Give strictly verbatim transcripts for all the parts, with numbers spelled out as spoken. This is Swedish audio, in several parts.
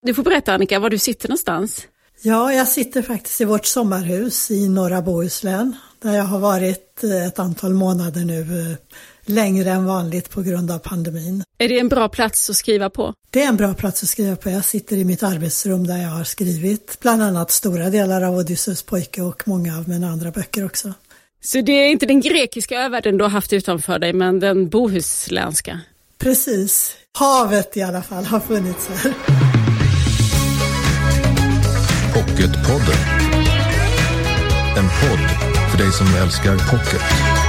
Du får berätta, Annika, var du sitter någonstans. Ja, jag sitter faktiskt i vårt sommarhus i norra Bohuslän, där jag har varit ett antal månader nu, längre än vanligt på grund av pandemin. Är det en bra plats att skriva på? Det är en bra plats att skriva på. Jag sitter i mitt arbetsrum där jag har skrivit bland annat stora delar av Odysseus pojke och många av mina andra böcker också. Så det är inte den grekiska övärlden du har haft utanför dig, men den bohuslänska? Precis. Havet i alla fall har funnits här. Pocketpodden. En podd för dig som älskar pocket.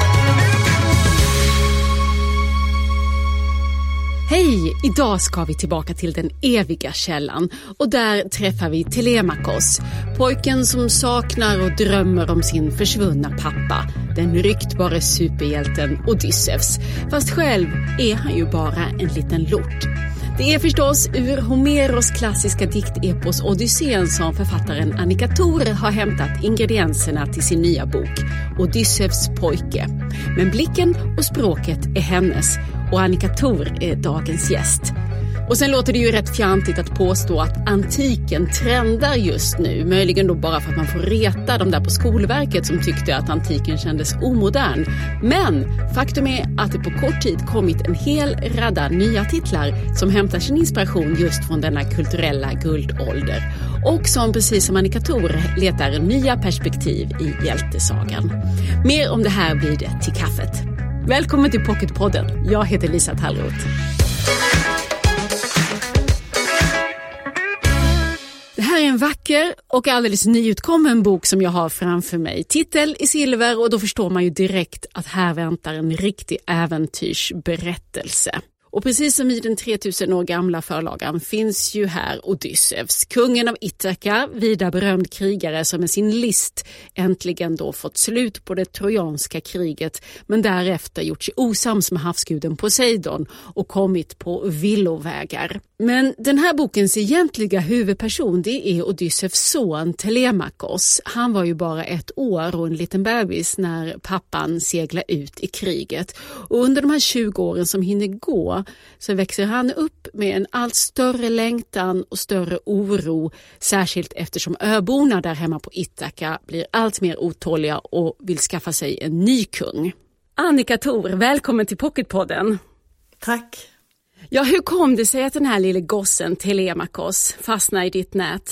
Hej! Idag ska vi tillbaka till den eviga källan och där träffar vi Telemakos, pojken som saknar och drömmer om sin försvunna pappa, den ryktbara superhjälten Odysseus. Fast själv är han ju bara en liten lort. Det är förstås ur Homeros klassiska diktepos Odysseen som författaren Annika Thor har hämtat ingredienserna till sin nya bok Odysseus pojke. Men blicken och språket är hennes och Annika Thor är dagens gäst. Och sen låter det ju rätt fjantigt att påstå att antiken trendar just nu. Möjligen då bara för att man får reta de där på Skolverket som tyckte att antiken kändes omodern. Men faktum är att det på kort tid kommit en hel radda nya titlar som hämtar sin inspiration just från denna kulturella guldålder. Och som precis som Annika Thor letar nya perspektiv i hjältesagan. Mer om det här blir det till kaffet. Välkommen till Pocketpodden. Jag heter Lisa Tallroth. Det här är en vacker och alldeles nyutkommen bok som jag har framför mig. Titel i silver och då förstår man ju direkt att här väntar en riktig äventyrsberättelse. Och precis som i den tretusen år gamla förlagan finns ju här Odysseus, kungen av Ithaka, vida berömd krigare som med sin list äntligen då fått slut på det trojanska kriget men därefter gjort sig osams med havsguden Poseidon och kommit på villovägar. Men den här bokens egentliga huvudperson det är Odysseus son Telemakos. Han var ju bara ett år och en liten bebis när pappan seglar ut i kriget. Och under de här tjugo åren som hinner gå så växer han upp med en allt större längtan och större oro, särskilt eftersom öborna där hemma på Ithaka blir allt mer otåliga och vill skaffa sig en ny kung. Annika Thor, välkommen till Pocketpodden. Tack. Ja, hur kom det sig att den här lille gossen Telemakos fastnade i ditt nät?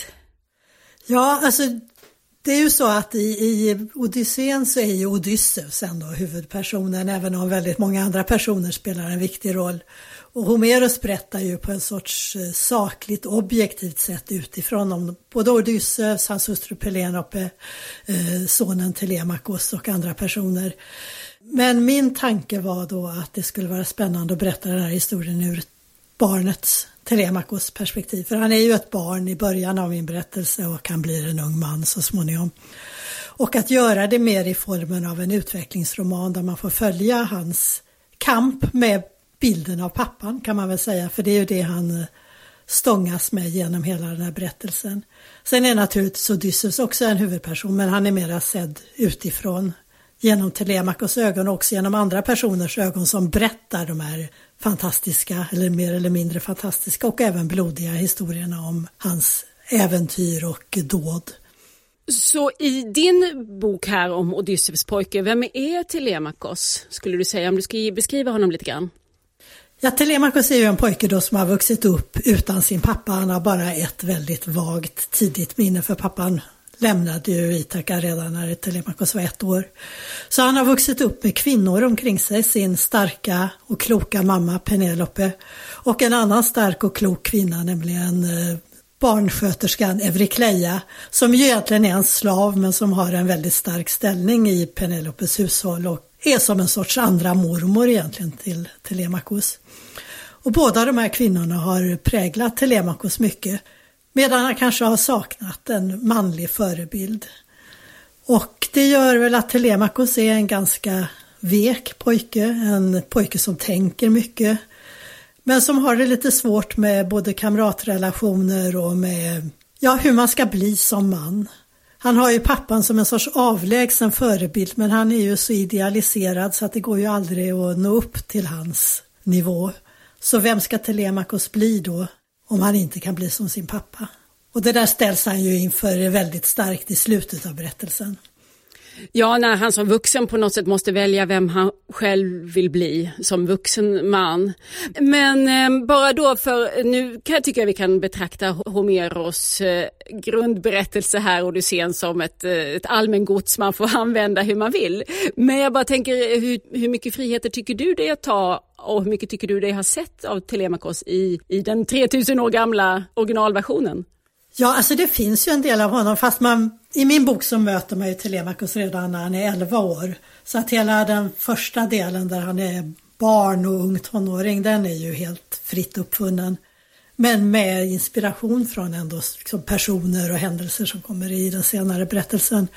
Ja, alltså det är ju så att i, i Odysseen så är ju Odysseus ändå huvudpersonen, även om väldigt många andra personer spelar en viktig roll. Och Homeros berättar ju på en sorts sakligt, objektivt sätt utifrån om både Odysseus, hans hustru Penelope, eh, sonen Telemakos och andra personer. Men min tanke var då att det skulle vara spännande att berätta den här historien ur barnets Telemakos perspektiv. För han är ju ett barn i början av min berättelse och han blir en ung man så småningom. Och att göra det mer i formen av en utvecklingsroman där man får följa hans kamp med bilden av pappan kan man väl säga. För det är ju det han stångas med genom hela den här berättelsen. Sen är naturligtvis Odysseus också en huvudperson men han är mera sedd utifrån genom Telemakos ögon och också genom andra personers ögon som berättar de här fantastiska eller mer eller mindre fantastiska och även blodiga historierna om hans äventyr och dåd. Så i din bok här om Odysseus pojke, vem är Telemakos skulle du säga om du ska beskriva honom lite grann? Ja, Telemakos är ju en pojke då som har vuxit upp utan sin pappa. Han har bara ett väldigt vagt tidigt minne för pappan lämnade ju Ithaka redan när Telemakos var ett år. Så han har vuxit upp med kvinnor omkring sig, sin starka och kloka mamma Penelope och en annan stark och klok kvinna, nämligen eh, barnsköterskan Eurykleia, som ju egentligen är en slav men som har en väldigt stark ställning i Penelopes hushåll och är som en sorts andra mormor egentligen till Telemakos. Och båda de här kvinnorna har präglat Telemakos mycket. Medan han kanske har saknat en manlig förebild. Och det gör väl att Telemakos är en ganska vek pojke. En pojke som tänker mycket. Men som har det lite svårt med både kamratrelationer och med ja, hur man ska bli som man. Han har ju pappan som en sorts avlägsen förebild. Men han är ju så idealiserad så att det går ju aldrig att nå upp till hans nivå. Så vem ska Telemakos bli då? om han inte kan bli som sin pappa. Och det där ställs han ju inför väldigt starkt i slutet av berättelsen. Ja, när han som vuxen på något sätt måste välja vem han själv vill bli som vuxen man. Men eh, bara då, för nu kan jag tycka att vi kan betrakta Homeros eh, grundberättelse här, Odysseen, som ett, eh, ett allmängods man får använda hur man vill. Men jag bara tänker, hur, hur mycket friheter tycker du det att ta och hur mycket tycker du det har sett av Telemachos i, i den tretusen år gamla originalversionen? Ja, alltså det finns ju en del av honom, fast man, i min bok så möter man ju Telemachos redan när han är elva år. Så att hela den första delen där han är barn och ung tonåring, den är ju helt fritt uppfunnen. Men med inspiration från ändå liksom personer och händelser som kommer i den senare berättelsen.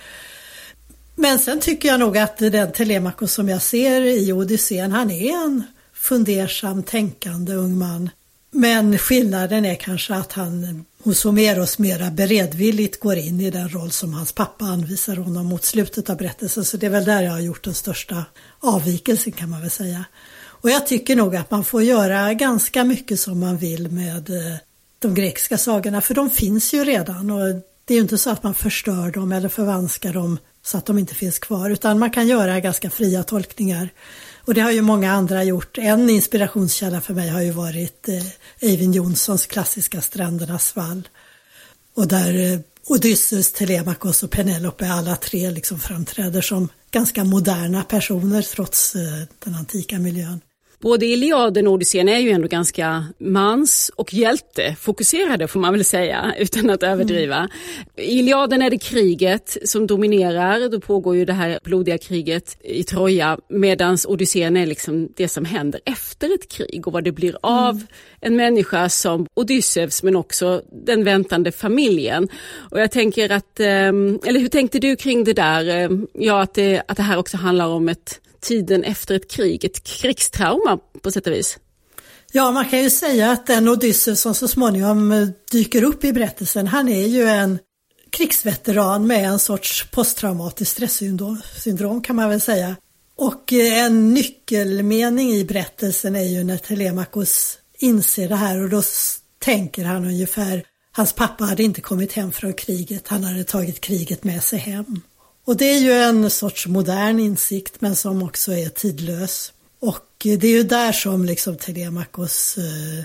Men sen tycker jag nog att den Telemachos som jag ser i Odysseen, han är en fundersam, tänkande ung man. Men skillnaden är kanske att han hos Homeros mera beredvilligt går in i den roll som hans pappa anvisar honom mot slutet av berättelsen. Så det är väl där jag har gjort den största avvikelsen, kan man väl säga. Och jag tycker nog att man får göra ganska mycket som man vill med de grekiska sagorna, för de finns ju redan, och det är ju inte så att man förstör dem eller förvanskar dem så att de inte finns kvar, utan man kan göra ganska fria tolkningar. Och det har ju många andra gjort. En inspirationskälla för mig har ju varit eh, Eyvind Jonssons klassiska Strändernas vall. Och där eh, Odysseus, Telemachos och Penelope alla tre liksom framträder som ganska moderna personer trots eh, den antika miljön. Både Iliaden och Odysseen är ju ändå ganska mans- och hjältefokuserade, får man väl säga, utan att överdriva. Mm. I Iliaden är det kriget som dominerar, då pågår ju det här blodiga kriget i Troja, medan Odysseen är liksom det som händer efter ett krig och vad det blir av mm. en människa som Odysseus, men också den väntande familjen. Och jag tänker att, eller hur tänkte du kring det där? Ja, att det, att det här också handlar om ett tiden efter ett krig, ett krigstrauma på sätt och vis. Ja, man kan ju säga att den Odysseus som så småningom dyker upp i berättelsen, han är ju en krigsveteran med en sorts posttraumatiskt stresssyndrom, kan man väl säga. Och en nyckelmening i berättelsen är ju när Telemachos inser det här, och då tänker han ungefär, hans pappa hade inte kommit hem från kriget, han hade tagit kriget med sig hem. Och det är ju en sorts modern insikt, men som också är tidlös. Och det är ju där som liksom Telemachos eh,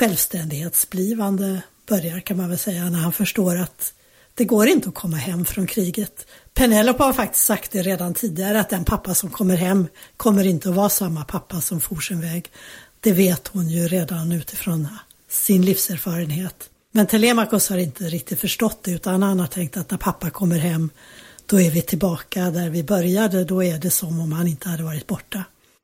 självständighetsblivande börjar, kan man väl säga, när han förstår att det går inte att komma hem från kriget. Penelope har faktiskt sagt det redan tidigare, att den pappa som kommer hem kommer inte att vara samma pappa som for sin väg. Det vet hon ju redan utifrån sin livserfarenhet. Men Telemachos har inte riktigt förstått det, utan han har tänkt att när pappa kommer hem, då är vi tillbaka där vi började, då är det som om han inte hade varit borta.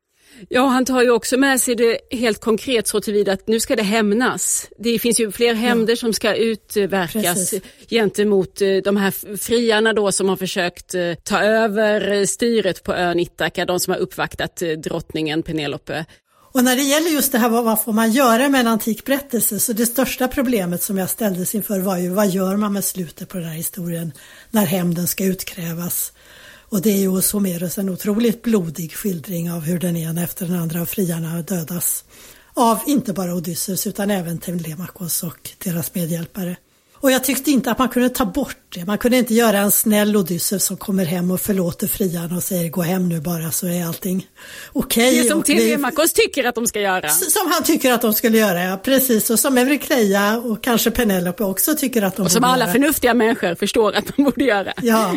Ja, han tar ju också med sig det helt konkret så tillvida att nu ska det hämnas. Det finns ju fler hämnder ja. som ska utverkas Precis. gentemot de här friarna då som har försökt ta över styret på ön Ithaka, de som har uppvaktat drottningen Penelope. Och när det gäller just det här, vad får man göra med en antik berättelse, så det största problemet som jag ställdes inför var ju, vad gör man med slutet på den här historien när hämnden ska utkrävas? Och det är ju hos Homeros en otroligt blodig skildring av hur den ena efter den andra av friarna dödas. Av inte bara Odysseus utan även Telemachos och deras medhjälpare. Och jag tyckte inte att man kunde ta bort det. Man kunde inte göra en snäll Odysseus som kommer hem och förlåter friarna och säger gå hem nu bara, så är allting okej. Okay. Det som Telemachos tycker att de ska göra. Som han tycker att de skulle göra, ja, precis. Och som Eurykleia och kanske Penelope också tycker att de och som alla göra. Förnuftiga människor förstår att de borde göra. Ja,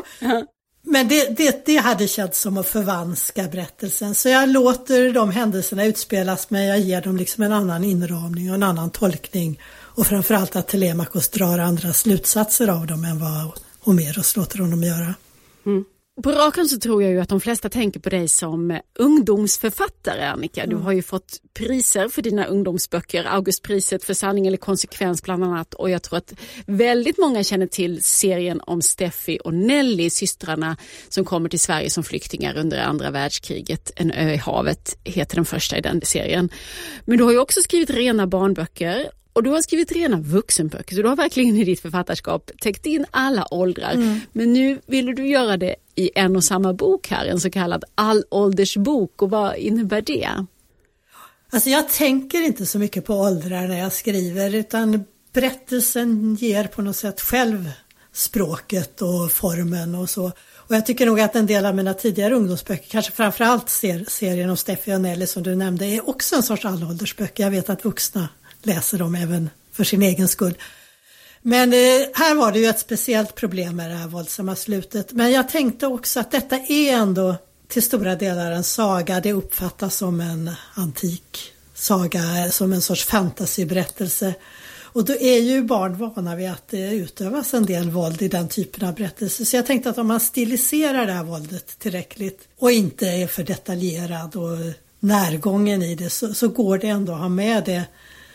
men det, det, det hade känts som att förvanska berättelsen. Så jag låter de händelserna utspelas, men jag ger dem liksom en annan inramning och en annan tolkning. Och framförallt att Telemachos drar andra slutsatser av dem än vad Homeros låter honom göra. Mm. På raken så tror jag ju att de flesta tänker på dig som ungdomsförfattare, Annika. Mm. Du har ju fått priser för dina ungdomsböcker, Augustpriset för sanning eller konsekvens bland annat. Och jag tror att väldigt många känner till serien om Steffi och Nelly, systrarna som kommer till Sverige som flyktingar under andra världskriget. En ö i havet heter den första i den serien. Men du har ju också skrivit rena barnböcker. Och du har skrivit rena vuxenböcker, så du har verkligen i ditt författarskap täckt in alla åldrar. Mm. Men nu ville du göra det i en och samma bok här, en så kallad allåldersbok. Och vad innebär det? Alltså jag tänker inte så mycket på åldrar när jag skriver, utan berättelsen ger på något sätt själv språket och formen och så. Och jag tycker nog att en del av mina tidigare ungdomsböcker, kanske framförallt ser, serien om Steffi och Nelly som du nämnde, är också en sorts allåldersböcker. Jag vet att vuxna läser dem även för sin egen skull. Men eh, här var det ju ett speciellt problem med det här våldsamma slutet. Men jag tänkte också att detta är ändå till stora delar en saga. Det uppfattas som en antik saga, som en sorts fantasyberättelse. Och då är ju barn vana vid att det utövas en del våld i den typen av berättelser. Så jag tänkte att om man stiliserar det här våldet tillräckligt och inte är för detaljerad och närgången i det, så, så går det ändå att ha med det.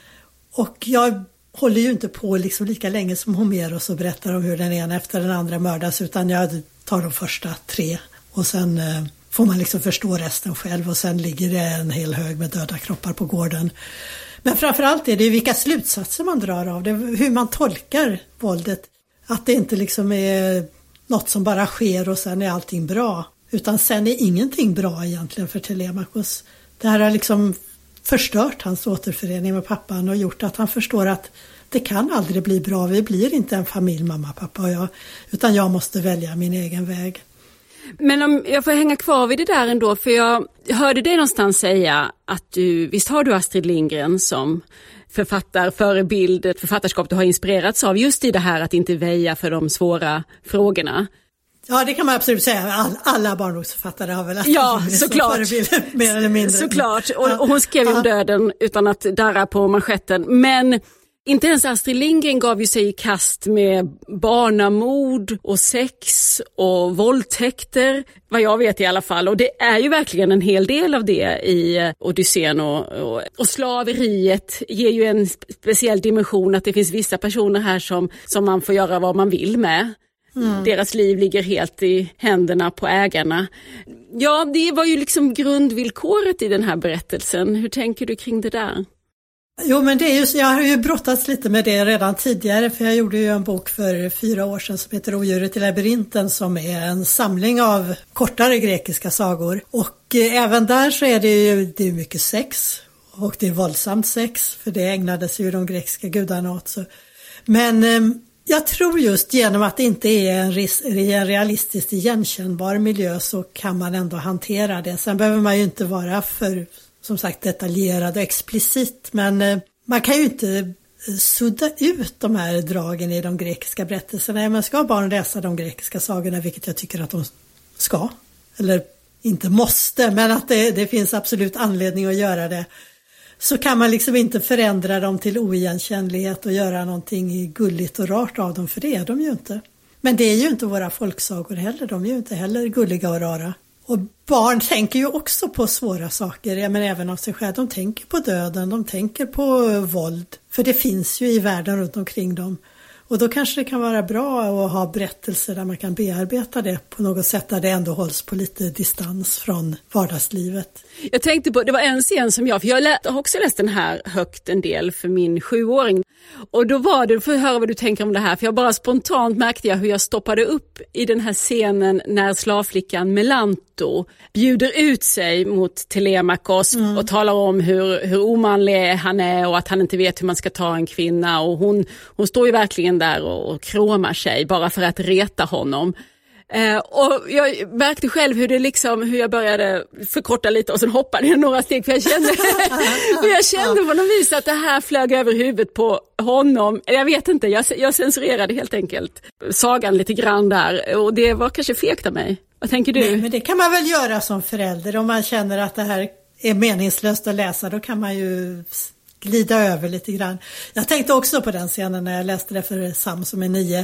Och jag håller ju inte på liksom lika länge som Homeros och berättar om hur den ena efter den andra mördas, utan jag tar de första tre och sen eh, får man liksom förstå resten själv, och sen ligger det en hel hög med döda kroppar på gården. Men framförallt är det ju vilka slutsatser man drar av det, hur man tolkar våldet. Att det inte liksom är något som bara sker och sen är allting bra, utan sen är ingenting bra egentligen för Telemachos. Det här har liksom förstört hans återförening med pappan och gjort att han förstår att det kan aldrig bli bra. Vi blir inte en familj, mamma, pappa och jag, utan jag måste välja min egen väg. Men om jag får hänga kvar vid det där ändå, för jag hörde dig någonstans säga att du, visst har du Astrid Lindgren som författar, förebild, ett författarskap du har inspirerats av just i det här att inte väja för de svåra frågorna. Ja, det kan man absolut säga. All, alla barnboksförfattare har väl Astrid ja, Lindgren såklart. som förebild, mer eller mindre. Såklart, och, och hon skrev ju om döden utan att darra på manschetten. Men inte ens Astrid Lindgren gav ju sig i kast med barnamord och sex och våldtäkter, vad jag vet i alla fall. Och det är ju verkligen en hel del av det i Odysseen. Och, och, och slaveriet ger ju en speciell dimension, att det finns vissa personer här som, som man får göra vad man vill med. Mm. Deras liv ligger helt i händerna på ägarna. Ja, det var ju liksom grundvillkoret i den här berättelsen. Hur tänker du kring det där? Jo, men det är ju, jag har ju brottats lite med det redan tidigare, för jag gjorde ju en bok för fyra år sedan som heter Odjuret i labyrinten, som är en samling av kortare grekiska sagor. Och eh, även där så är det ju det är mycket sex, och det är våldsamt sex, för det ägnades ju de grekiska gudarna åt. Så. Men eh, jag tror just genom att det inte är en, ris- en realistiskt igenkännbar miljö, så kan man ändå hantera det. Sen behöver man ju inte vara för, som sagt, detaljerad och explicit, men eh, man kan ju inte sudda ut de här dragen i de grekiska berättelserna. Man ska barn läsa de grekiska sagorna, vilket jag tycker att de ska, eller inte måste, men att det, det finns absolut anledning att göra det. Så kan man liksom inte förändra dem till oigenkännlighet och göra någonting gulligt och rart av dem, för det är de ju inte. Men det är ju inte våra folksagor heller, de är ju inte heller gulliga och rara. Och barn tänker ju också på svåra saker, ja, men även av sig själv. De tänker på döden, de tänker på våld. För det finns ju i världen runt omkring dem. Och då kanske det kan vara bra att ha berättelser där man kan bearbeta det på något sätt, där det ändå hålls på lite distans från vardagslivet. Jag tänkte på, det var en scen som jag, för jag lä- har också läst den här högt en del för min sjuåring. Och då var det, för att höra vad du tänker om det här, för jag bara spontant märkte jag hur jag stoppade upp i den här scenen när slavflickan Melanto bjuder ut sig mot Telemachos mm. och talar om hur, hur omanlig han är och att han inte vet hur man ska ta en kvinna. Och hon, hon står ju verkligen där och, och kråmar sig bara för att reta honom. Eh, och jag märkte själv hur det liksom, hur jag började förkorta lite och sen hoppade jag några steg, för jag kände, för jag kände på något vis att det här flög över huvudet på honom. Jag vet inte, jag, jag censurerade helt enkelt sagan lite grann där, och det var kanske fegt av mig. Vad tänker du? Nej, men det kan man väl göra som förälder, om man känner att det här är meningslöst att läsa, då kan man ju glida över lite grann. Jag tänkte också på den scenen när jag läste det för Sam som är nio.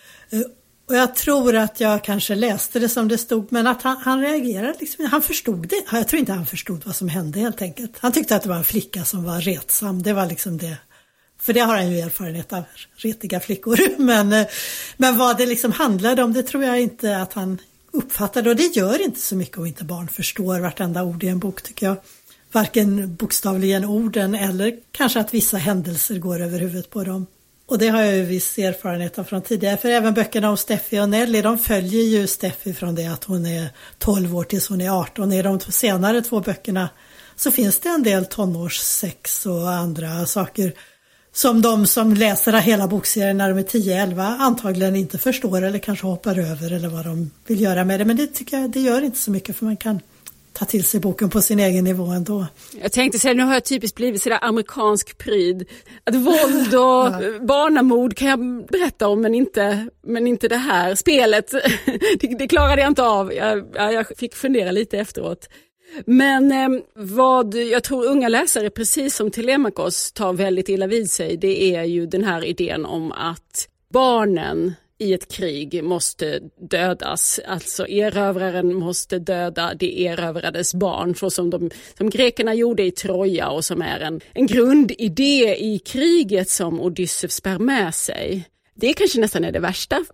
Och jag tror att jag kanske läste det som det stod, men att han, han reagerade liksom, han förstod det. Jag tror inte han förstod vad som hände helt enkelt. Han tyckte att det var en flicka som var retsam, det var liksom det. För det har han ju erfarenhet av, retiga flickor. Men, men vad det liksom handlade om, det tror jag inte att han uppfattade. Och det gör inte så mycket om inte barn förstår vartenda ord i en bok, tycker jag. Varken bokstavligen orden eller kanske att vissa händelser går över huvudet på dem. Och det har jag ju viss erfarenhet av från tidigare. För även böckerna om Steffi och Nelly, de följer ju Steffi från det att hon är tolv år tills hon är arton. I de senare två böckerna så finns det en del tonårssex och andra saker som de som läser hela bokserien när de är tio elva antagligen inte förstår eller kanske hoppar över eller vad de vill göra med det. Men det tycker jag, det gör inte så mycket, för man kan ta till sig boken på sin egen nivå ändå. Jag tänkte säga, nu har jag typiskt blivit sådär amerikansk pryd. Att våld och ja. barnamord kan jag berätta om, men inte, men inte det här spelet. det, det klarade jag inte av. Jag, jag fick fundera lite efteråt. Men eh, vad jag tror unga läsare, precis som Telemachos, tar väldigt illa vid sig, det är ju den här idén om att barnen i ett krig måste dödas. Alltså erövraren måste döda det erövrades barn, så som, de, som grekerna gjorde i Troja, och som är en, en grundidé i kriget som Odysseus bär med sig. Det kanske nästan är det värsta.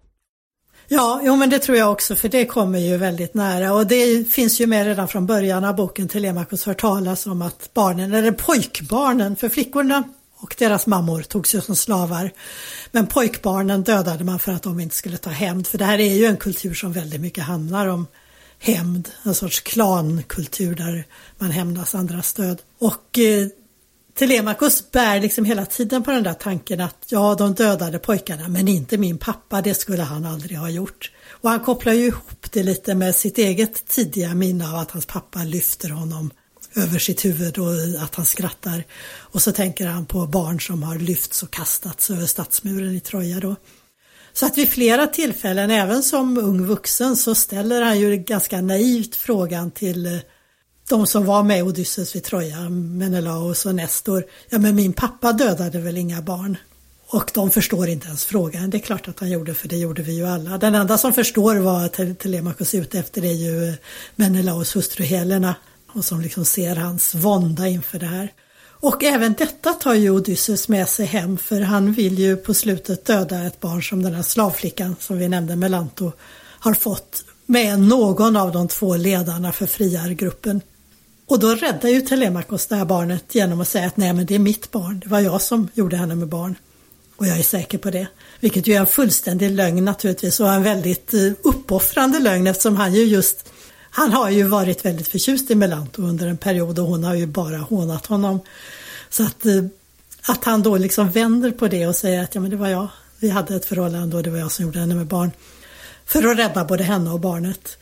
Ja, jo, men det tror jag också, för det kommer ju väldigt nära, och det finns ju med redan från början av boken. Telemachos hör talas om att barnen, eller pojkbarnen, för flickorna och deras mammor togs ju som slavar, men pojkbarnen dödade man för att de inte skulle ta hämnd, för det här är ju en kultur som väldigt mycket handlar om hämnd, en sorts klankultur där man hämnas andras död. Och eh, Telemachos bär liksom hela tiden på den där tanken att ja, de dödade pojkarna, men inte min pappa, det skulle han aldrig ha gjort. Och han kopplar ju ihop det lite med sitt eget tidiga minne av att hans pappa lyfter honom över sitt huvud och att han skrattar. Och så tänker han på barn som har lyfts och kastats över stadsmuren i Troja då. Så att vid flera tillfällen, även som ung vuxen, så ställer han ju ganska naivt frågan till de som var med Odysseus vid Troja, Menelaos och Nestor. Ja, men min pappa dödade väl inga barn? Och de förstår inte ens frågan. Det är klart att han gjorde, för det gjorde vi ju alla. Den enda som förstår vad Telemachos är ute efter är ju Menelaos hustru Helena, och som liksom ser hans vånda inför det här. Och även detta tar ju Odysseus med sig hem, för han vill ju på slutet döda ett barn som den här slavflickan som vi nämnde, Melanto, har fått med någon av de två ledarna för friargruppen. Och då räddar ju Telemachos det här barnet genom att säga att nej, men det är mitt barn, det var jag som gjorde henne med barn. Och jag är säker på det. Vilket ju är en fullständig lögn naturligtvis, och en väldigt uppoffrande lögn, eftersom han ju just Han har ju varit väldigt förtjust i Melanto under en period, och hon har ju bara hånat honom. Så att, att han då liksom vänder på det och säger att ja, men det var jag, vi hade ett förhållande och det var jag som gjorde henne med barn, för att rädda både henne och barnet,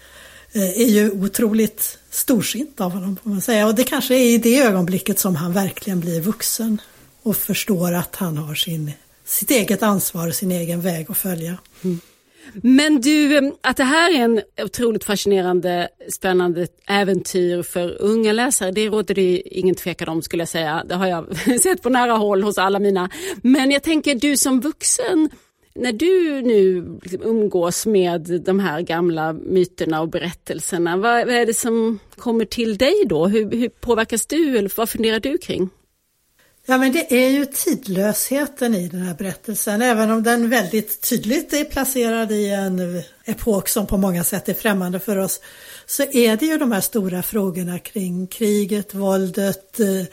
är ju otroligt storsint av honom, får man säga. Och det kanske är i det ögonblicket som han verkligen blir vuxen och förstår att han har sin, sitt eget ansvar och sin egen väg att följa. Mm. Men du, att det här är en otroligt fascinerande, spännande äventyr för unga läsare, det råder det ingen tvekan om, skulle jag säga. Det har jag sett på nära håll hos alla mina. Men jag tänker, du som vuxen, när du nu liksom umgås med de här gamla myterna och berättelserna, vad, vad är det som kommer till dig då? Hur, hur påverkas du, eller vad funderar du kring? Ja, men det är ju tidlösheten i den här berättelsen, även om den väldigt tydligt är placerad i en epok som på många sätt är främmande för oss, så är det ju de här stora frågorna kring kriget, våldet,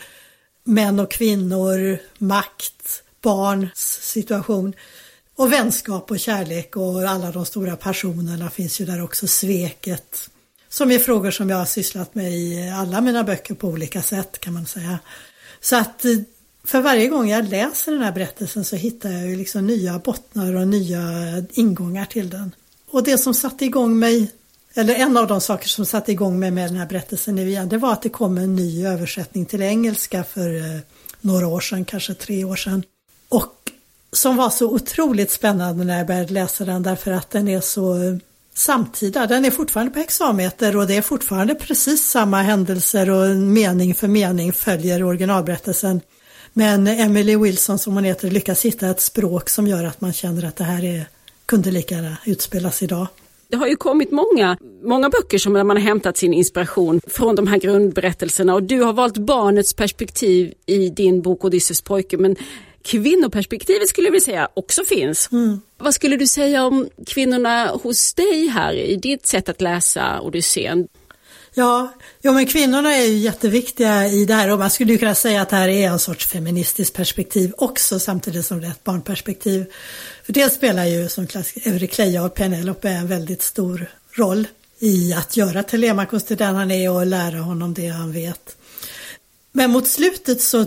män och kvinnor, makt, barns situation och vänskap och kärlek, och alla de stora passionerna finns ju där också, sveket, som är frågor som jag har sysslat med i alla mina böcker på olika sätt, kan man säga. Så att för varje gång jag läser den här berättelsen så hittar jag ju liksom nya bottnar och nya ingångar till den. Och det som satte igång mig, eller en av de saker som satte igång mig med den här berättelsen nu igen, det var att det kom en ny översättning till engelska för eh, några år sedan, kanske tre år sedan. Och som var så otroligt spännande när jag började läsa den, därför att den är så samtida. Den är fortfarande på hexameter, och det är fortfarande precis samma händelser och mening för mening följer originalberättelsen. Men Emily Wilson, som hon heter, lyckas hitta ett språk som gör att man känner att det här är, kunde lika gärna utspelas idag. Det har ju kommit många, många böcker som man har hämtat sin inspiration från de här grundberättelserna, och du har valt barnets perspektiv i din bok Odysseus pojke, men kvinnoperspektivet skulle jag vilja säga också finns. Mm. Vad skulle du säga om kvinnorna hos dig här i ditt sätt att läsa Odysseen? Ja, jo, men kvinnorna är ju jätteviktiga i det här, och man skulle ju kunna säga att det här är en sorts feministiskt perspektiv också, samtidigt som det är ett barnperspektiv. För det spelar ju som klassiker Eurykleia och Penelope en väldigt stor roll i att göra Telemachos till den han är och lära honom det han vet. Men mot slutet så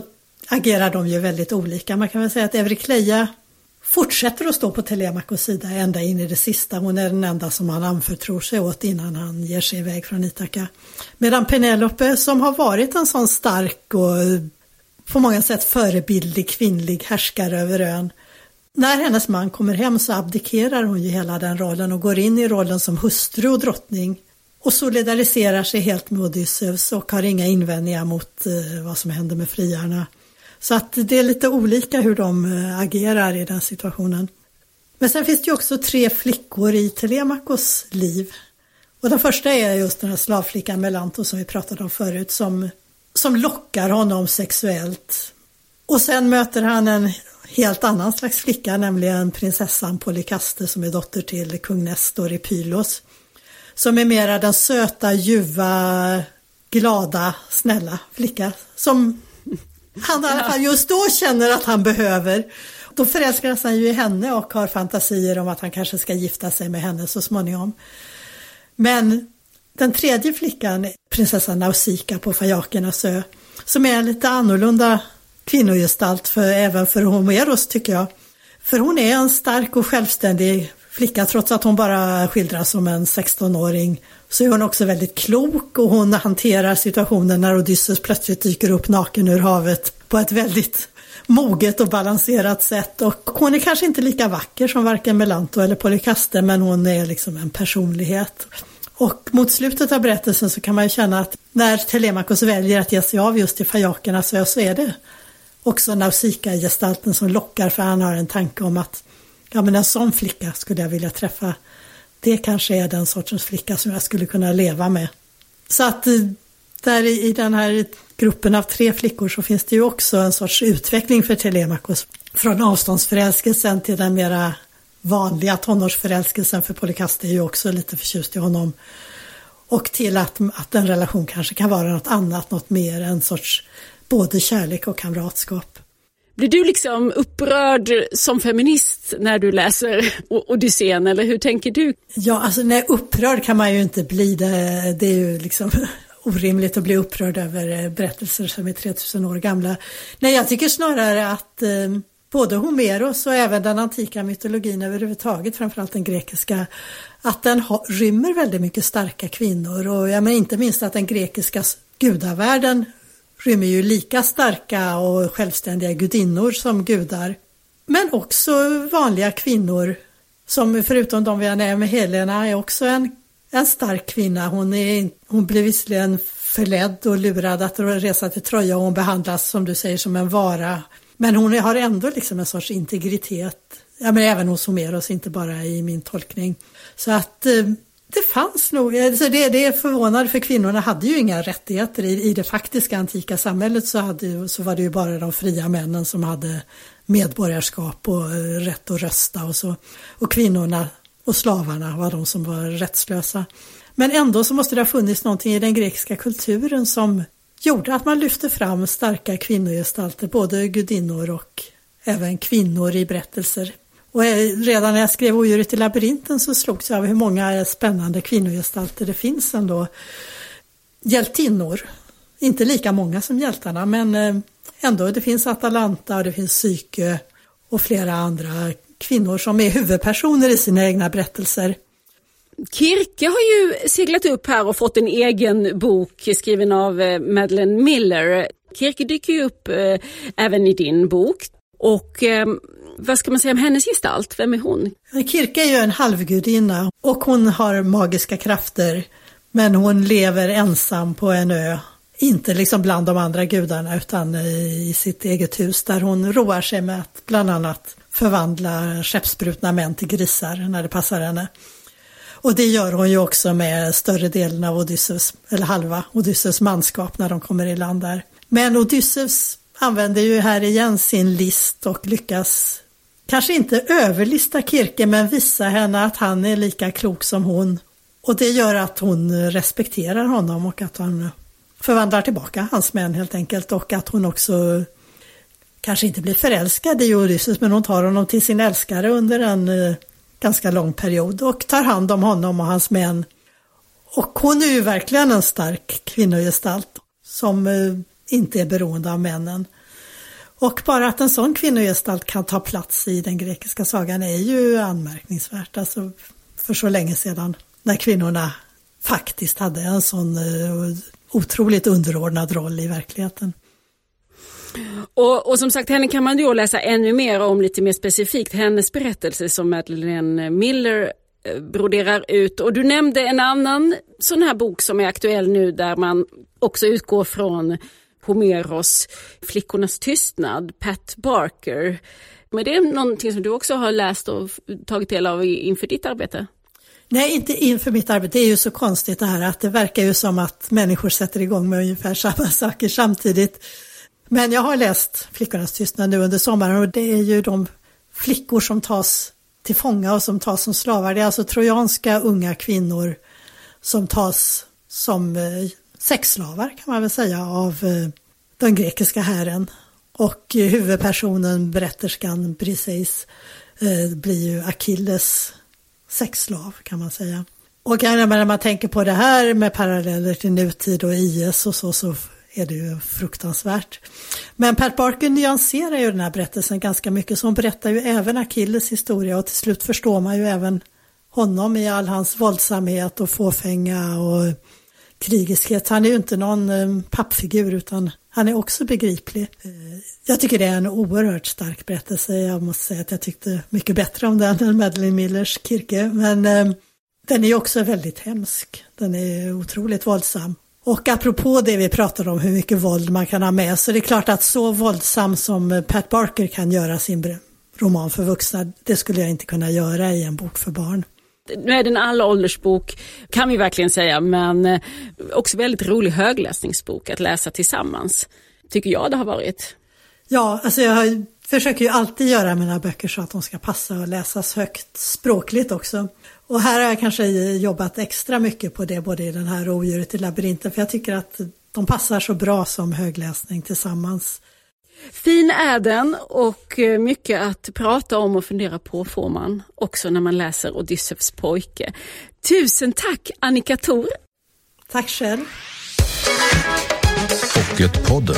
agerar de ju väldigt olika. Man kan väl säga att Eurykleia fortsätter att stå på Telemakos sida ända in i det sista. Hon är den enda som han anförtror sig åt innan han ger sig iväg från Ithaka. Medan Penelope, som har varit en sån stark och på många sätt förebildlig kvinnlig härskare över ön, när hennes man kommer hem så abdikerar hon ju hela den rollen och går in i rollen som hustru och drottning och solidariserar sig helt med Odysseus och har inga invändningar mot eh, vad som händer med friarna. Så att det är lite olika hur de eh, agerar i den situationen. Men sen finns det ju också tre flickor i Telemakos liv. Och den första är just den här slavflickan Melanto som vi pratade om förut, som, som lockar honom sexuellt. Och sen möter han en helt annan slags flicka, nämligen prinsessan Polykaste som är dotter till kung Nestor i Pylos. Som är mera den söta, ljuva, glada, snälla flicka som han i alla fall just då känner att han behöver. Då förälskar han ju i henne och har fantasier om att han kanske ska gifta sig med henne så småningom. Men den tredje flickan, prinsessan Nausicaa på Fajakernas ö, som är en lite annorlunda kvinnogestalt för, även för Homeros tycker jag. För hon är en stark och självständig flicka, trots att hon bara skildras som en sextonåring. Så är hon också väldigt klok och hon hanterar situationen när Odysseus plötsligt dyker upp naken ur havet på ett väldigt moget och balanserat sätt. Och hon är kanske inte lika vacker som varken Melanto eller Polykaste, men hon är liksom en personlighet. Och mot slutet av berättelsen så kan man ju känna att när Telemakos väljer att ge sig av just till Fajakernas ö så är det också Nausicaa-gestalten som lockar, för han har en tanke om att ja, men en sån flicka skulle jag vilja träffa. Det kanske är den sortens flicka som jag skulle kunna leva med. Så att där i den här gruppen av tre flickor så finns det ju också en sorts utveckling för Telemakos. Från avståndsförälskelsen till den mera vanliga tonårsförälskelsen, för Polykaste är ju också lite förtjust i honom. Och till att, att en relation kanske kan vara något annat, något mer, en sorts både kärlek och kamratskap. Blir du liksom upprörd som feminist när du läser Odysseen, eller hur tänker du? Ja, alltså nej, upprörd kan man ju inte bli. Det, det är ju liksom orimligt att bli upprörd över berättelser som är tre tusen år gamla. Nej, jag tycker snarare att eh, både Homeros och även den antika mytologin överhuvudtaget, framförallt den grekiska, att den ha, rymmer väldigt mycket starka kvinnor. Och jag menar inte minst att den grekiska gudavärlden rymmer ju lika starka och självständiga gudinnor som gudar. Men också vanliga kvinnor som förutom de vi har nämnt med Helena är också en, en stark kvinna. Hon, är, hon blir visserligen förledd och lurad att resa till Troja och hon behandlas som du säger som en vara. Men hon har ändå liksom en sorts integritet. Ja, men även hos Homeros, inte bara i min tolkning. Så att det fanns nog, alltså det, det är förvånande för kvinnorna hade ju inga rättigheter i, i det faktiska antika samhället, så, hade, så var det ju bara de fria männen som hade medborgarskap och rätt att rösta och så. Och kvinnorna och slavarna var de som var rättslösa. Men ändå så måste det ha funnits någonting i den grekiska kulturen som gjorde att man lyfte fram starka kvinnogestalter, både gudinnor och även kvinnor i berättelser. Och redan när jag skrev Odjuret i labyrinten så slogs jag av hur många spännande kvinnogestalter det finns ändå. Hjältinnor, inte lika många som hjältarna, men ändå det finns Atalanta och det finns Psyke och flera andra kvinnor som är huvudpersoner i sina egna berättelser. Kirke har ju seglat upp här och fått en egen bok skriven av Madeleine Miller. Kirke dyker ju upp eh, även i din bok. Och eh, vad ska man säga om hennes gestalt? Vem är hon? Kirke är ju en halvgudinna och hon har magiska krafter, men hon lever ensam på en ö. Inte liksom bland de andra gudarna utan i sitt eget hus där hon roar sig med att bland annat förvandla skeppsbrutna män till grisar när det passar henne. Och det gör hon ju också med större delen av Odysseus, eller halva Odysseus manskap när de kommer i land där. Men Odysseus använder ju här igen sin list och lyckas kanske inte överlista Kirke, men visa henne att han är lika klok som hon. Och det gör att hon respekterar honom och att hon förvandlar tillbaka hans män helt enkelt. Och att hon också kanske inte blir förälskad i Odysseus, men hon tar honom till sin älskare under en ganska lång period och tar hand om honom och hans män. Och hon är ju verkligen en stark kvinnogestalt som inte är beroende av männen. Och bara att en sån kvinnogestalt kan ta plats i den grekiska sagan är ju anmärkningsvärt. Alltså för så länge sedan när kvinnorna faktiskt hade en sån uh, otroligt underordnad roll i verkligheten. Och, och som sagt, henne kan man då läsa ännu mer om lite mer specifikt. Hennes berättelse som Madeline Miller broderar ut. Och du nämnde en annan sån här bok som är aktuell nu där man också utgår från Homeros Flickornas tystnad, Pat Barker. Men det är någonting som du också har läst och tagit del av inför ditt arbete? Nej, inte inför mitt arbete. Det är ju så konstigt det här att det verkar ju som att människor sätter igång med ungefär samma saker samtidigt. Men jag har läst Flickornas tystnad nu under sommaren och det är ju de flickor som tas till fånga och som tas som slavar. Det är alltså trojanska unga kvinnor som tas som sexslavar kan man väl säga av den grekiska hären. Och huvudpersonen, berätterskan Briseis, blir ju Achilles sexslav kan man säga. Och när man tänker på det här med paralleller till nutid och I S och så så är det ju fruktansvärt. Men Pat Barker nyanserar ju den här berättelsen ganska mycket. Så hon berättar ju även Achilles historia och till slut förstår man ju även honom i all hans våldsamhet och fåfänga och krigiskhet. Han är ju inte någon eh, pappfigur utan han är också begriplig. Eh, jag tycker det är en oerhört stark berättelse. Jag måste säga att jag tyckte mycket bättre om den än Madeline Millers Kirke. Men eh, den är ju också väldigt hemsk. Den är otroligt våldsam. Och apropå det vi pratade om hur mycket våld man kan ha med så det är klart att så våldsam som Pat Barker kan göra sin roman för vuxna, det skulle jag inte kunna göra i en bok för barn. Nu är det en alla åldersbok kan vi verkligen säga, men också väldigt rolig högläsningsbok att läsa tillsammans, tycker jag det har varit. Ja, alltså jag försöker ju alltid göra mina böcker så att de ska passa och läsas högt språkligt också. Och här har jag kanske jobbat extra mycket på det, både i den här Rovdjuret i labyrinten, för jag tycker att de passar så bra som högläsning tillsammans. Fin är den och mycket att prata om och fundera på får man också när man läser Odysseus pojke. Tusen tack Annika Thor. Tack själv. Pocketpodden.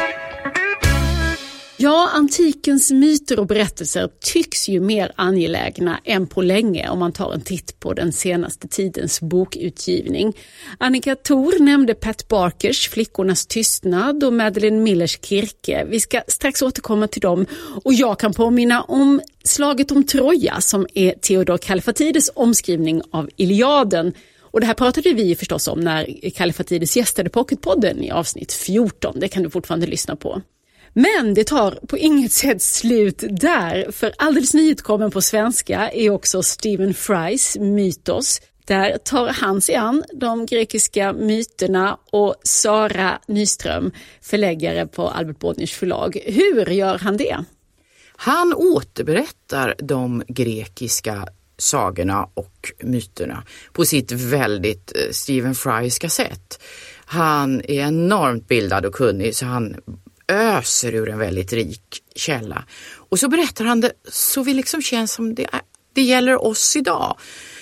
Ja, antikens myter och berättelser tycks ju mer angelägna än på länge om man tar en titt på den senaste tidens bokutgivning. Annika Thor nämnde Pat Barkers Flickornas tystnad och Madeline Millers Kirke. Vi ska strax återkomma till dem och jag kan påminna om Slaget om Troja som är Theodor Kallifatides omskrivning av Iliaden. Och det här pratade vi förstås om när Kallifatides gästade Pocketpodden i avsnitt fjorton. Det kan du fortfarande lyssna på. Men det tar på inget sätt slut där, för alldeles nyutkommen på svenska är också Stephen Frys Mytos. Där tar han sig an de grekiska myterna och Sara Nyström, förläggare på Albert Bonniers förlag. Hur gör han det? Han återberättar de grekiska sagorna och myterna på sitt väldigt Stephen Fryska sätt. Han är enormt bildad och kunnig så han öser ur en väldigt rik källa. Och så berättar han det så vi liksom känns som det, är, det gäller oss idag.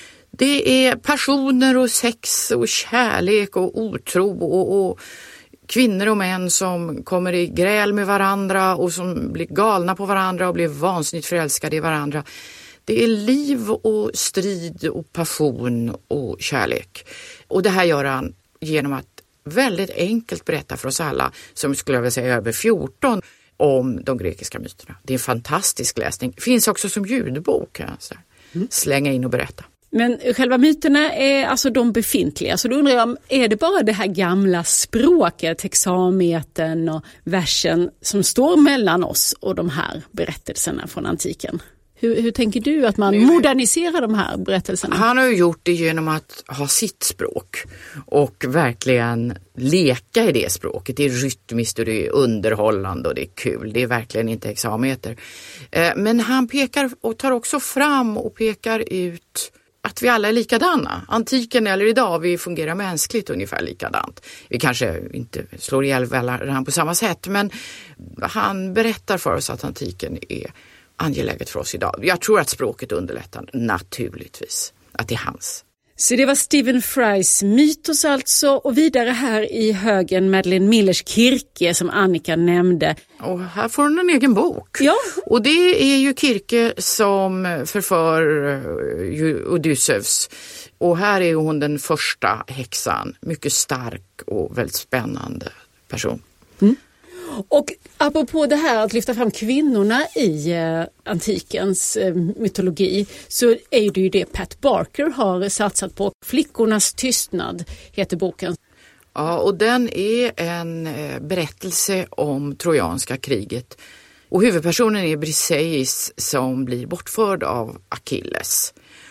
Det är passioner och sex och kärlek och otro och, och kvinnor och män som kommer i gräl med varandra och som blir galna på varandra och blir vansinnigt förälskade i varandra. Det är liv och strid och passion och kärlek. Och det här gör han genom att väldigt enkelt berätta för oss alla, som skulle jag vilja säga över fjorton, om de grekiska myterna. Det är en fantastisk läsning. Finns också som ljudbok. Alltså. Mm. Slänga in och berätta. Men själva myterna är alltså de befintliga. Så då undrar jag, är det bara det här gamla språket, hexametern och versen som står mellan oss och de här berättelserna från antiken? Hur, hur tänker du att man moderniserar de här berättelserna? Han har ju gjort det genom att ha sitt språk och verkligen leka i det språket. Det är rytmiskt och det är underhållande och det är kul. Det är verkligen inte hexameter. Men han pekar och tar också fram och pekar ut att vi alla är likadana. Antiken eller idag, vi fungerar mänskligt ungefär likadant. Vi kanske inte slår ihjäl varandra på samma sätt, men han berättar för oss att antiken är angeläget för oss idag. Jag tror att språket underlättar naturligtvis. Att det är hans. Så det var Stephen Frys Mytos alltså, och vidare här i högen Madeline Millers Kirke som Annika nämnde. Och här får hon en egen bok. Ja. Och det är ju Kirke som förför Odysseus. Och här är hon den första häxan. Mycket stark och väldigt spännande person. Mm. Och apropå det här att lyfta fram kvinnorna i eh, antikens eh, mytologi, så är det ju det Pat Barker har satsat på. Flickornas tystnad heter boken. Ja, och den är en eh, berättelse om trojanska kriget. Och huvudpersonen är Briseis som blir bortförd av Achilles.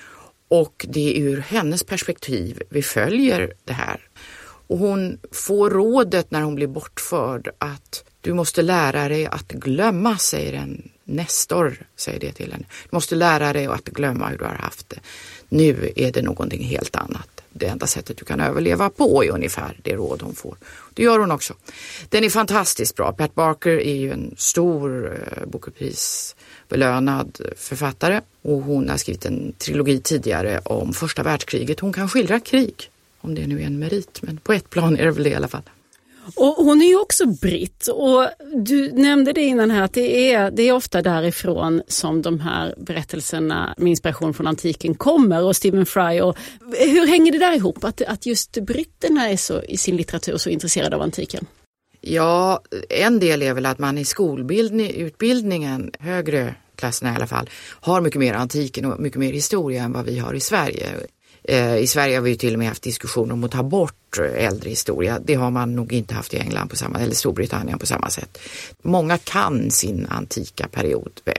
Och det är ur hennes perspektiv vi följer det här. Och hon får rådet när hon blir bortförd att du måste lära dig att glömma, säger en Nestor, säger det till henne. Du måste lära dig att glömma hur du har haft det. Nu är det någonting helt annat. Det enda sättet du kan överleva på är ungefär det råd hon får. Det gör hon också. Den är fantastiskt bra. Pat Barker är ju en stor eh, Booker-prisbelönad författare. Och hon har skrivit en trilogi tidigare om första världskriget. Hon kan skildra krig, om det nu är en merit. Men på ett plan är det väl det i alla fall. Och hon är ju också britt, och du nämnde det innan här att det är, det är ofta därifrån som de här berättelserna med inspiration från antiken kommer, och Stephen Fry. Och hur hänger det där ihop att, att just britterna är så i sin litteratur så intresserade av antiken? Ja, en del är väl att man i skolutbildningen, högre klasserna i alla fall, har mycket mer antiken och mycket mer historia än vad vi har i Sverige. I Sverige har vi ju till och med haft diskussioner om att ta bort äldre historia. Det har man nog inte haft i England på samma, eller Storbritannien på samma sätt. Många kan sin antika period väl.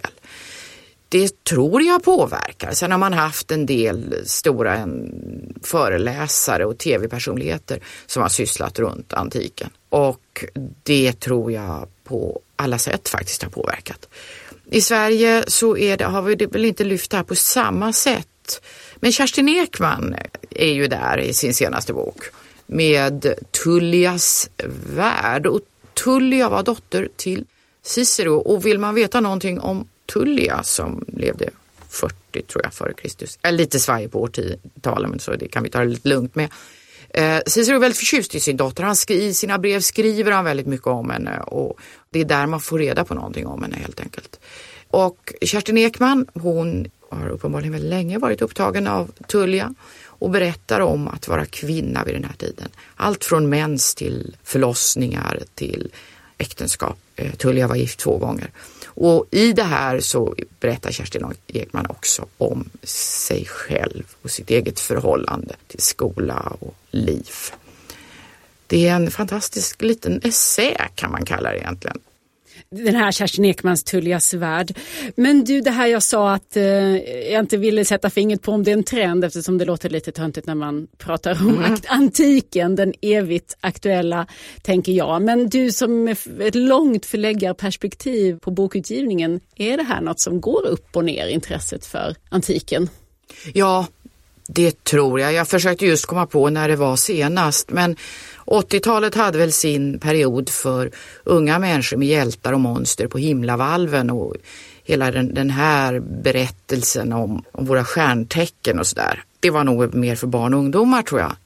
Det tror jag påverkar. Sen har man haft en del stora en, föreläsare och tv-personligheter som har sysslat runt antiken. Och det tror jag på alla sätt faktiskt har påverkat. I Sverige så är det, har vi det väl inte lyft här på samma sätt. Men Kerstin Ekman är ju där i sin senaste bok med Tullias värld. Och Tullia var dotter till Cicero. Och vill man veta någonting om Tullia som levde fyrtio tror jag före Kristus. Eller lite svaj på årtalen, men så det kan vi ta det lite lugnt med. Eh, Cicero är väldigt förtjust i sin dotter. Han skri, I sina brev skriver han väldigt mycket om henne. Och det är där man får reda på någonting om henne helt enkelt. Och Kerstin Ekman, hon har uppenbarligen väldigt länge varit upptagen av Tullia och berättar om att vara kvinna vid den här tiden. Allt från mens till förlossningar till äktenskap. Tullia var gift två gånger. Och i det här så berättar Kerstin Ekman också om sig själv och sitt eget förhållande till skola och liv. Det är en fantastisk liten essä kan man kalla det egentligen. Den här Kerstin Ekmans Tullias värld. Men du, det här jag sa att eh, jag inte ville sätta fingret på om det är en trend, eftersom det låter lite töntigt när man pratar om mm. antiken, den evigt aktuella, tänker jag. Men du som med ett långt förläggarperspektiv på bokutgivningen, är det här något som går upp och ner, intresset för antiken? Ja, det tror jag. Jag försökte just komma på när det var senast, men åttiotalet hade väl sin period för unga människor med hjältar och monster på himlavalven och hela den, den här berättelsen om, om våra stjärntecken och sådär. Det var nog mer för barn och ungdomar tror jag.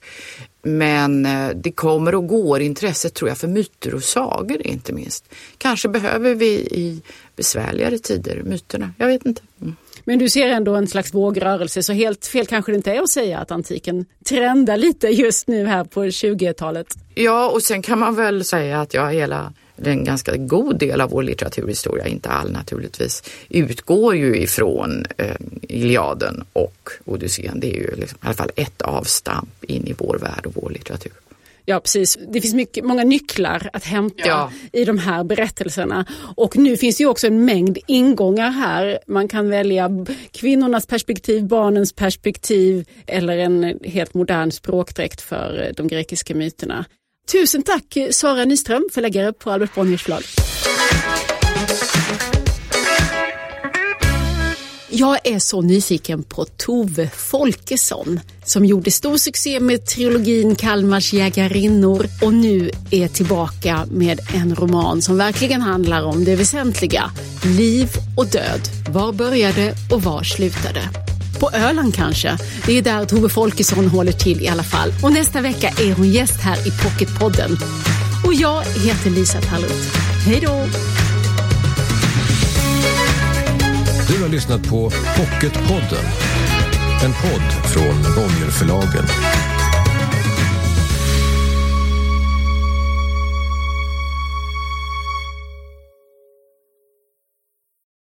Men det kommer och går intresset tror jag för myter och sagor inte minst. Kanske behöver vi i besvärligare tider myterna, jag vet inte. Mm. Men du ser ändå en slags vågrörelse, så helt fel kanske det inte är att säga att antiken trendar lite just nu här på tjugotalet. Ja, och sen kan man väl säga att jag hela en ganska god del av vår litteraturhistoria, inte all naturligtvis, utgår ju ifrån eh, Iliaden och Odysseen. Det är ju liksom, i alla fall ett avstamp in i vår värld och vår litteratur. Ja, precis. Det finns mycket, många nycklar att hämta ja. i de här berättelserna. Och nu finns det ju också en mängd ingångar här. Man kan välja kvinnornas perspektiv, barnens perspektiv eller en helt modern språkdräkt för de grekiska myterna. Tusen tack Sara Nyström, förläggare på Albert Bonniers förlag. Jag är så nyfiken på Tove Folkesson som gjorde stor succé med trilogin Kalmars jägarinnor och nu är tillbaka med en roman som verkligen handlar om det väsentliga, liv och död. Var började och var slutade? På Öland kanske. Det är där Tove Folkesson håller till i alla fall. Och nästa vecka är hon gäst här i Pocketpodden. Och jag heter Lisa Tallroth. Hej då! Du har lyssnat på Pocketpodden. En podd från Bonnierförlagen.